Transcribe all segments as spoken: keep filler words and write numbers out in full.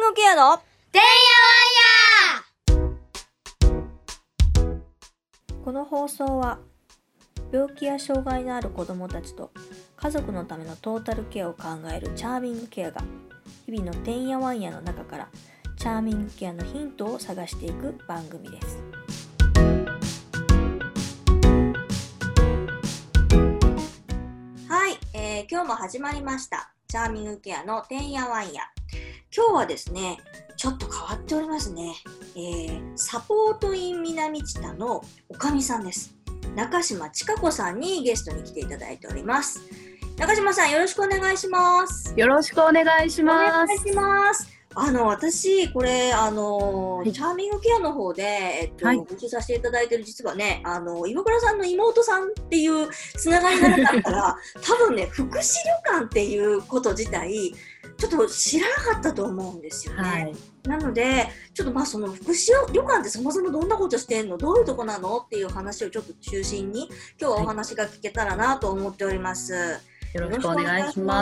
グケアのてんやわんや。 この放送は病気や障害のある子どもたちと家族のためのトータルケアを考えるチャーミングケアが日々のてんやわんやの中からチャーミングケアのヒントを探していく番組です。はい、えー、今日も始まりましたチャーミングケアのてんやわんや。今日はですね、ちょっと変わっておりますね。えー、サポートイン南知多のおかみさんです。中島千佳子さんにゲストに来ていただいております。中島さん、よろしくお願いします。 よろしくお願いします。 お願いします。あの私これあの、はい、チャーミングケアの方で、えっとはい、ご一緒させていただいている実はね、あの岩倉さんの妹さんっていうつながりがなかったら多分ね、福祉旅館っていうこと自体ちょっと知らなかったと思うんですよね。はい、なのでちょっとまあその福祉旅館ってそもそもどんなことしてんの、どういうとこなのっていう話をちょっと中心に今日はお話が聞けたらなと思っております。はい、 よろしくお願いします。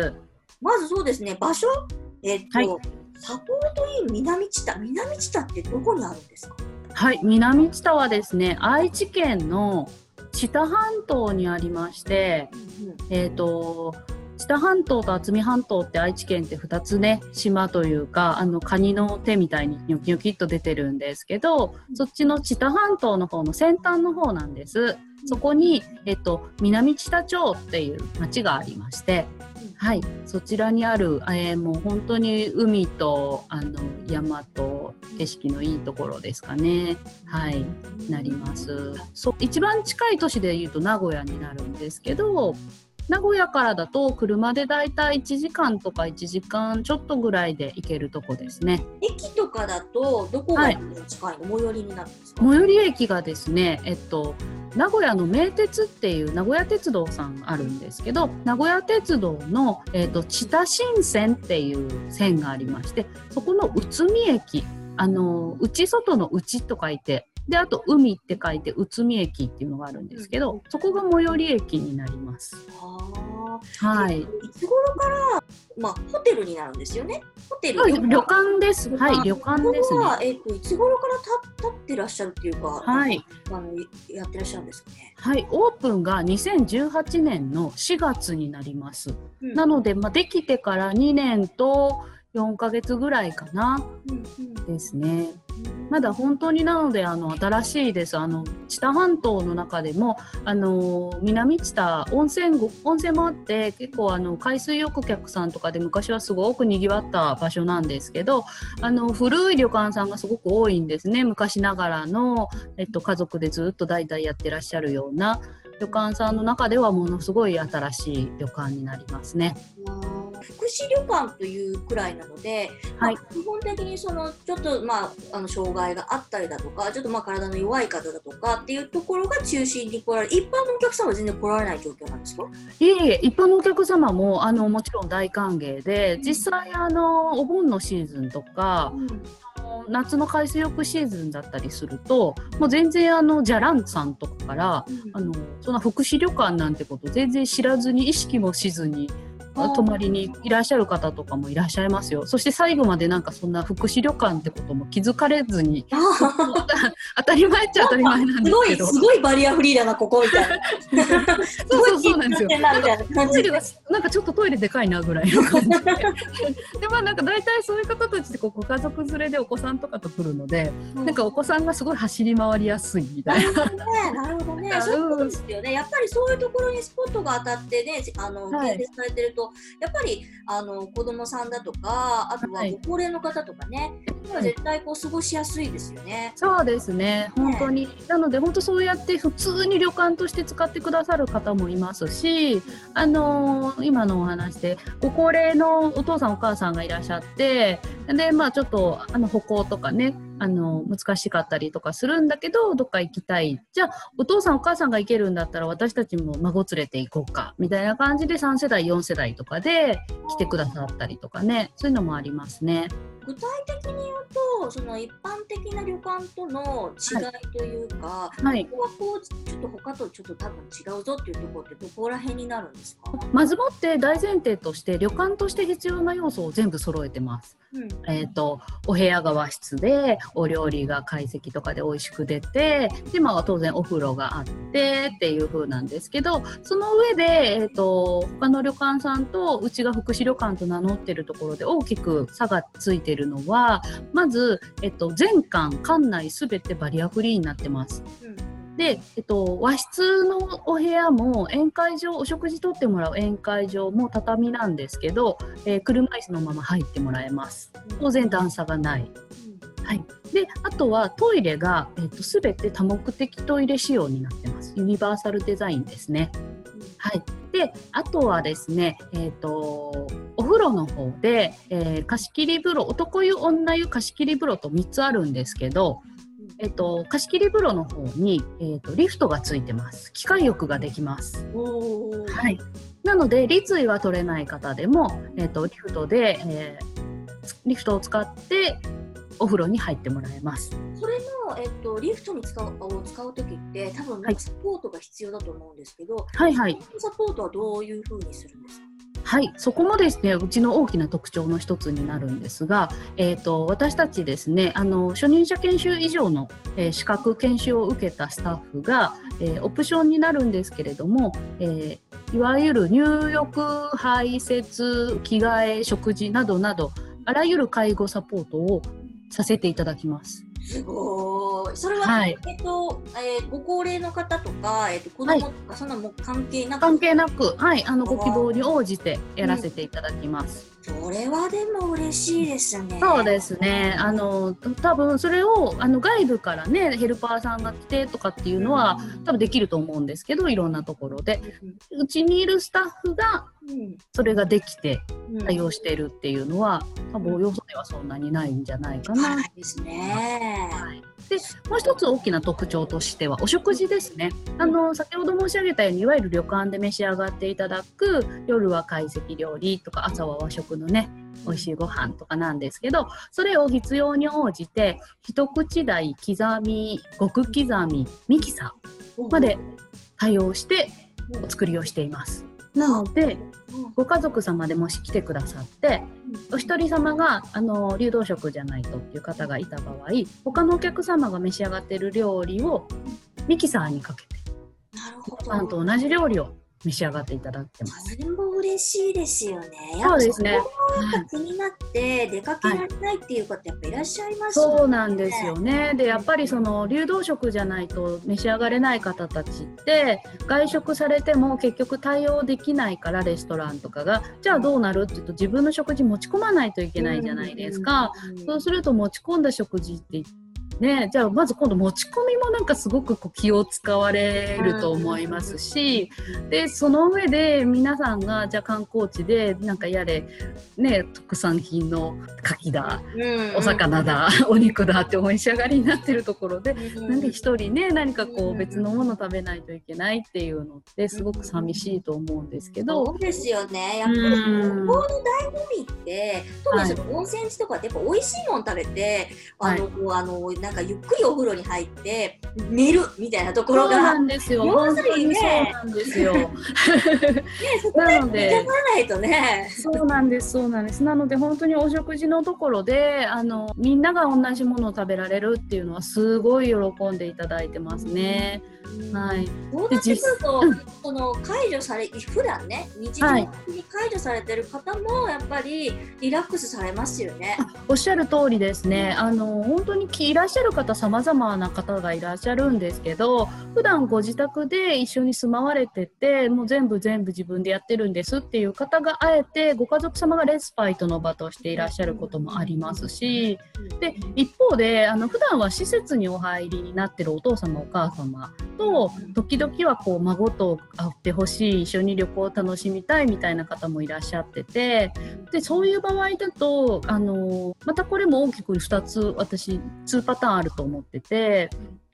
まずそうですね、場所、えっと、はい、サポートイン南知多、南知多ってどこにあるんですか？ はい、南知多はですね、愛知県の知多半島にありまして、うんうん、えっと知多半島と渥美半島って愛知県ってふたつね、島というか、あのカニの手みたいにニョキニョキっと出てるんですけど、そっちの知多半島の方の先端の方なんです。そこに、えっと、南知多町っていう町がありまして、はい、そちらにある、えー、もう本当に海とあの山と景色のいいところですかね。はい、なります。そ一番近い都市でいうと名古屋になるんですけど、名古屋からだと車でだいたいいちじかんとかいちじかんちょっとぐらいで行けるとこですね。 駅とかだとどこが近いの？はい、最寄りになるんですか？ 最寄り駅がですね、えっと名古屋の名鉄っていう名古屋鉄道さんあるんですけど、名古屋鉄道の、えっと、知多新線っていう線がありまして、そこの内海駅、あの内外の内と書いて、であと海って書いて内海駅っていうのがあるんですけど、そこが最寄り駅になります。 あ、 はい。 いつ頃から、まあ、ホテルになるんですよね。ホテル、 はい、旅館です。はい、旅館ですね。 えっと、いつ頃から立ってらっしゃるっていうか、 はい、 あのやってらっしゃるんですかね。 はい、オープンがにせんじゅうはちねんのしがつになります。うん、なので、まあ、できてからにねんとよんかげつぐらいかな、うんうん、ですね。まだ本当になのであの新しいです。あの知多半島の中でもあの南知多温泉温泉もあって、結構あの海水浴客さんとかで昔はすごくにぎわった場所なんですけど、あの古い旅館さんがすごく多いんですね。昔ながらの、えっと、家族でずっと代々やってらっしゃるような旅館さんの中ではものすごい新しい旅館になりますね。 福祉旅館というくらいなので、はい、まあ、基本的にそのちょっと、まあ、あの障害があったりだとか、ちょっとまあ体の弱い方だとかっていうところが中心に来られる、一般のお客様は全然来られない状況なんですか？ いえいえ、一般のお客様もあのもちろん大歓迎で、実際あのお盆のシーズンとか、うん、夏の海水浴シーズンだったりすると、もう全然あのじゃらんさんとかから、うん、あのそんな福祉旅館なんてこと全然知らずに、意識もしずに泊まりにいらっしゃる方とかもいらっしゃいますよ。そして最後までなんかそんな福祉旅館ってことも気づかれずに当たり前っちゃ当たり前なんですけど、 すごいすごいバリアフリーだなここみたいなそうそうそうなんですよ。トイレがなんかちょっとトイレでかいなぐらいの感じででまあなんか大体そういう方たちってこうご家族連れでお子さんとかと来るので、うん、なんかお子さんがすごい走り回りやすいみたいな。 なるほどね、そういうことですよね。やっぱりそういうところにスポットが当たってね、あの建設されてると、やっぱりあの子供さんだとか、あとはご高齢の方とかね、はい、絶対こう過ごしやすいですよね。 そうですね、本当に、ね、なので本当そうやって普通に旅館として使ってくださる方もいますし、あのー、今のお話でご高齢のお父さんお母さんがいらっしゃって、でまあちょっとあの歩行とかね、あの難しかったりとかするんだけど、どっか行きたい、じゃあお父さんお母さんが行けるんだったら私たちも孫連れて行こうかみたいな感じでさんせだいよんせだいとかで来てくださったりとかね、そういうのもありますね。 具体的に言うと、その一般的な旅館との違いというか、はい、ここはこうちょっと他とちょっと多分違うぞっていうところってどこら辺になるんですか？ まずもって大前提として旅館として必要な要素を全部揃えてます。うん、えーと、お部屋が和室でお料理が懐石とかで美味しく出て、で、まあ、当然お風呂があってっていう風なんですけど、その上で、えーと、他の旅館さんとうちが福祉旅館と名乗ってるところで大きく差がついてるのは、まず、えーと、全館館内すべてバリアフリーになってます。うんで、えっと、和室のお部屋も宴会場、お食事とってもらう宴会場も畳なんですけど、えー、車椅子のまま入ってもらえます。当然段差がない。はい、であとはトイレが、えっと、全て多目的トイレ仕様になってます。ユニバーサルデザインですね。はい、であとはですね、えーと、お風呂の方で、えー、貸し切り風呂、男湯女湯貸し切り風呂とみっつあるんですけど、えっと、貸し切り風呂の方に、えっと、リフトがついてます。機械浴ができます。はい、なので立位は取れない方でも、えっと、リフトで、えー、リフトを使ってお風呂に入ってもらえます。 それの、えっと、リフトに使うを使うときって多分サポートが必要だと思うんですけど、はいはい、サポートはどういうふうにするんですか？ はい、そこもですね、うちの大きな特徴の一つになるんですが、えーと、私たちですね、あの初任者研修以上の、えー、資格研修を受けたスタッフが、えー、オプションになるんですけれども、えー、いわゆる入浴、排泄、着替え、食事などなどあらゆる介護サポートをさせていただきます。 すごい。それは、はい、えっとえー、ご高齢の方とか、えっと、子供とか、はい、そんなも関係なく関係なく、はい、あのご希望に応じてやらせていただきます。 うん、それはでも嬉しいですね。 そうですね。あの多分それをあの外部からねヘルパーさんが来てとかっていうのは、うん、多分できると思うんですけど、いろんなところで、うん、うちにいるスタッフがそれができて対応しているっていうのは、多分よそではそんなにないんじゃないかな。 はいですね。 はい、でもう一つ大きな特徴としてはお食事ですね。あの先ほど申し上げたように、いわゆる旅館で召し上がっていただく夜は懐石料理とか朝は和食のね美味しいご飯とかなんですけど、それを必要に応じて一口大、刻み、極刻み、ミキサーまで対応してお作りをしています。なのでご家族様でもし来てくださって、お一人様があの流動食じゃないとっていう方がいた場合、他のお客様が召し上がっている料理をミキサーにかけて、 なるほど、 パンと同じ料理を召し上がっていただいてます。 それも嬉しいですよね。 そうですね。 やっぱ気になって出かけられないっていう方やっぱいらっしゃいますよね。 そうなんですよね。でやっぱりその流動食じゃないと召し上がれない方たちって外食されても結局対応できないから、レストランとかがじゃあどうなるって言うと、自分の食事持ち込まないといけないじゃないですか。そうすると持ち込んだ食事ってね、じゃあまず今度持ち込みもなんかすごくこう気を使われると思いますし、でその上で皆さんがじゃあ観光地でなんかやれ、ね、特産品の牡蠣だ、お魚だ、お肉だってお召し上がりになってるところで、なんで一人ね何かこう別のもの食べないといけないっていうのってすごく寂しいと思うんですけど。 そうですよね。やっぱり旅行の醍醐味って特にその温泉地とかってやっぱ美味しいもの食べて、あの、はい、あのなんかゆっくりお風呂に入って寝るみたいなところが、そうなんですよ。本当にね、そうなんですよ。ね、 そこで目指さないとね。 そうなんです、そうなんです。なので本当にお食事のところであのみんなが同じものを食べられるっていうのはすごい喜んでいただいてますね。はい。 そうなってくると、その解除され普段ね日常的に解除されてる方もやっぱりリラックスされますよね。 おっしゃる通りですね。あの本当にいらっしゃる方様々な方がいらっしゃるんですけど、普段ご自宅で一緒に住まわれててもう全部全部自分でやってるんですっていう方があえてご家族様がレスパイトの場としていらっしゃることもありますし、で一方であの普段は施設にお入りになってるお父様お母様と時々はこう孫と会ってほしい、一緒に旅行を楽しみたいみたいな方もいらっしゃってて、でそういう場合だとあのまたこれも大きくふたつ私にパターンあると思ってて、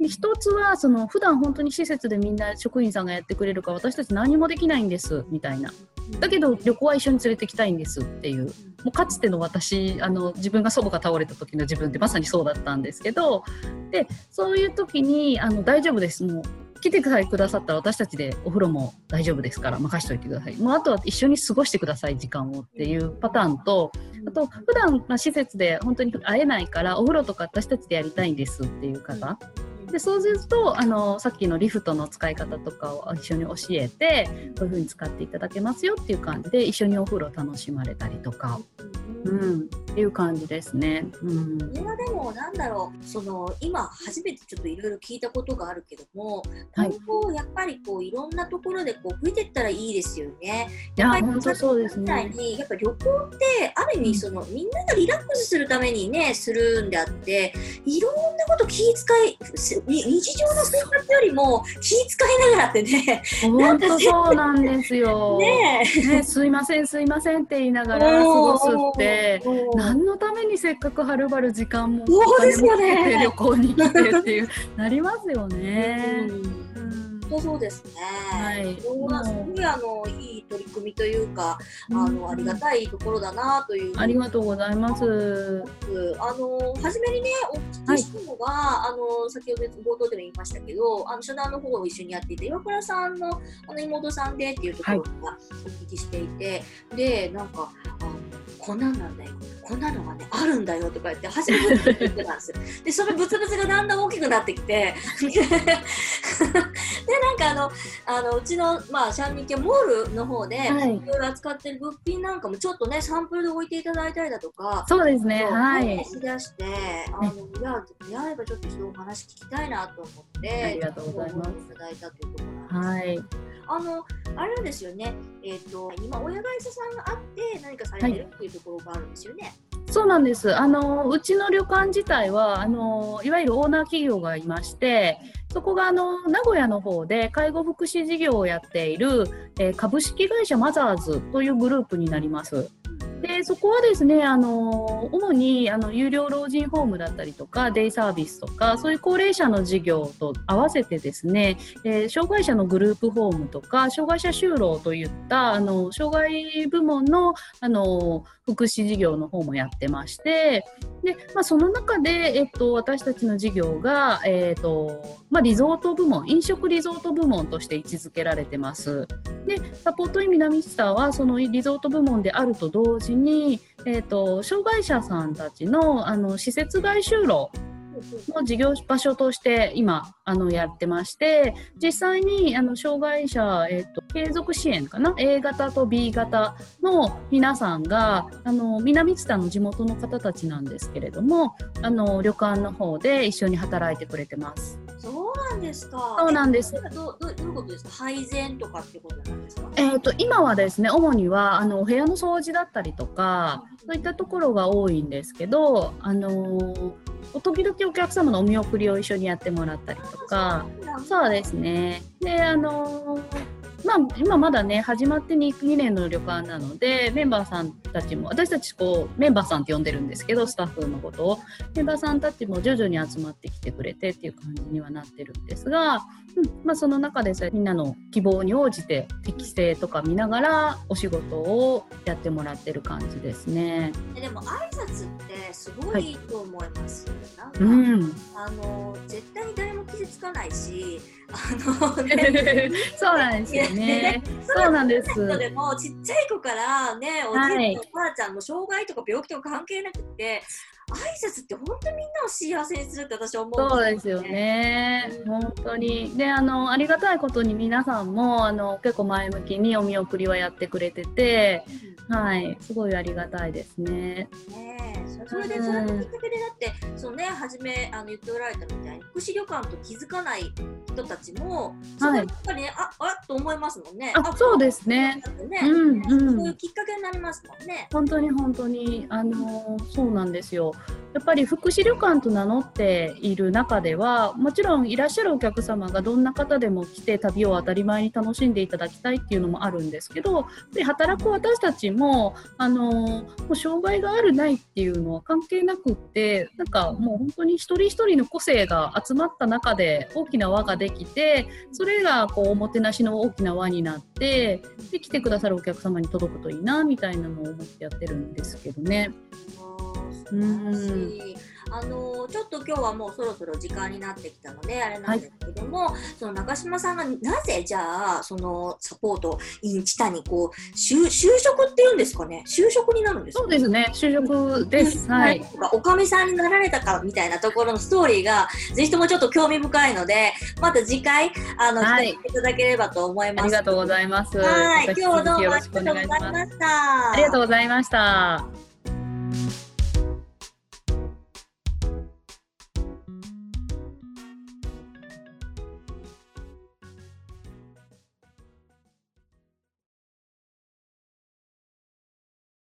一つはその普段本当に施設でみんな職員さんがやってくれるから私たち何もできないんですみたいな。だけど旅行は一緒に連れてきたいんですっていう、もうかつての私、あの自分が祖母が倒れた時の自分ってまさにそうだったんですけど、でそういう時にあの大丈夫です、もう来てくださったら私たちでお風呂も大丈夫ですから任しておいてください、もうあとは一緒に過ごしてください時間をっていうパターンと、あと普段まあ施設で本当に会えないからお風呂とか私たちでやりたいんですっていう方で、そうするとあのさっきのリフトの使い方とかを一緒に教えてこういう風に使っていただけますよっていう感じで一緒にお風呂を楽しまれたりとか、うん、っていう感じですね。うん、 これはでもなんだろう、その今初めてちょっといろいろ聞いたことがあるけども、今後やっぱりこういろんなところでこう増えていったらいいですよね。 やっぱり本当そうですね。 やっぱ旅行ってある意味その、うん、みんながリラックスするためにねするんであって、いろんなこと気遣い日常の生活よりも気遣いながらってね、 本当そうなんですよ。ねえ、ね、すいませんすいませんって言いながら過ごすって何のためにせっかくはるばる時間もお金もかけて旅行に来てっていうなりますよね。 そうですね。 はい。 すごいあのいい取り組みというか、あのありがたいところだなという。 ありがとうございます。 あの初めにねお聞きしたのが、はい、あの先ほど冒頭でも言いましたけど、あの初段の方を一緒にやっていて岩倉さんのあの妹さんでっていうところからお聞きしていて、はい、でなんかあのこんなんなんだよ。こんなのがねあるんだよとか言って初めて言ってたんですよ。でそのブツブツがだんだん大きくなってきてでなんかあのあのうちのまあシャンニケモールの方で、はい、いろいろ扱ってる物品なんかもちょっとねサンプルで置いていただいたりだとか、 そうですね、はい、 しだしてあのいややればちょっと一度お話聞きたいなと思ってありがとうございますいただいたというところなんです。はい。あのあれはですよね。えっと今親会社さんがあって何かされてるっていうところがあるんですよね。はい、 そうなんです。あのうちの旅館自体はあのいわゆるオーナー企業がいまして、そこがあの名古屋の方で介護福祉事業をやっている、えー、株式会社マザーズというグループになります。でそこはですね、あの主にあの有料老人ホームだったりとかデイサービスとかそういう高齢者の事業と合わせてですね、えー、障害者のグループホームとか障害者就労といったあの障害部門の、あの福祉事業の方もやってまして、で、まあ、その中で、えっと、私たちの事業が、えっとまあ、リゾート部門飲食リゾート部門として位置づけられてます。でサポートイン南知多はそのリゾート部門であると同時に、えーと、障害者さんたち の, あの施設外就労の事業場所として今あのやってまして、実際にあの障害者、えーと、継続支援かな A 型と B 型の皆さんがあの南知多の地元の方たちなんですけれども、あの旅館の方で一緒に働いてくれてます。 そうなんですか。 そうなんです。 ど, ど, どういうことですか。配膳とかってことなんですか。 えーと、今はですね、主にはあのお部屋の掃除だったりとか、そういったところが多いんですけど、あのー、時々お客様のお見送りを一緒にやってもらったりとか、そうですね。で、あのーまあ、今まだね始まってにねんの旅館なので、メンバーさんたちも私たちこうメンバーさんって呼んでるんですけど、スタッフのことをメンバーさんたちも徐々に集まってきてくれてっていう感じにはなってるんですが、うんまあ、その中でみんなの希望に応じて適性とか見ながらお仕事をやってもらってる感じですね。 でも挨拶ってすごいいいと思います、はい、なんか、 うん、 あの絶対に誰も傷つかないし、あの、ね、 そうなんですよね。そうなんです。 でもちっちゃい子からね、おじいちゃん、はい、おばあちゃんの障害とか病気とか関係なくて、挨拶って本当にみんなを幸せにするって私は思うんですよね。 そうですよね、うん、本当に。で、あのありがたいことに皆さんもあの結構前向きにお見送りはやってくれてて、うん、はい、すごいありがたいですね。 ねえ、それでそれのきっかけでだって、そのね、初めあの言っておられたみたいに福祉旅館と気づかない人たちも、そこでやっぱりね、あ、あらと思いますもんね。 あ、そうですね。 ね、 うんうん、 そういうきっかけになりますもんね。 本当に本当に、あのー、そうなんですよ。やっぱり福祉旅館と名乗っている中では、もちろんいらっしゃるお客様がどんな方でも来て旅を当たり前に楽しんでいただきたいっていうのもあるんですけど、で働く私たちも、あのー、もう障害があるないっていうのは関係なくって、なんかもう本当に一人一人の個性が集まった中で大きな輪ができて、それがこうおもてなしの大きな輪になって、で来てくださるお客様に届くといいなみたいなのを思ってやってるんですけどね。 うん、あのちょっと今日はもうそろそろ時間になってきたのであれなんですけども、はい、その中島さんがなぜじゃあそのサポートインチタにこう就職っていうんですかね、就職になるんですか？ そうですね、就職です。はい。 おかみさんになられたかみたいなところのストーリーがぜひともちょっと興味深いので、また次回あの、はい、していただければと思います。 ありがとうございます。 はい、今日はどうもありがとうございました。 ありがとうございました。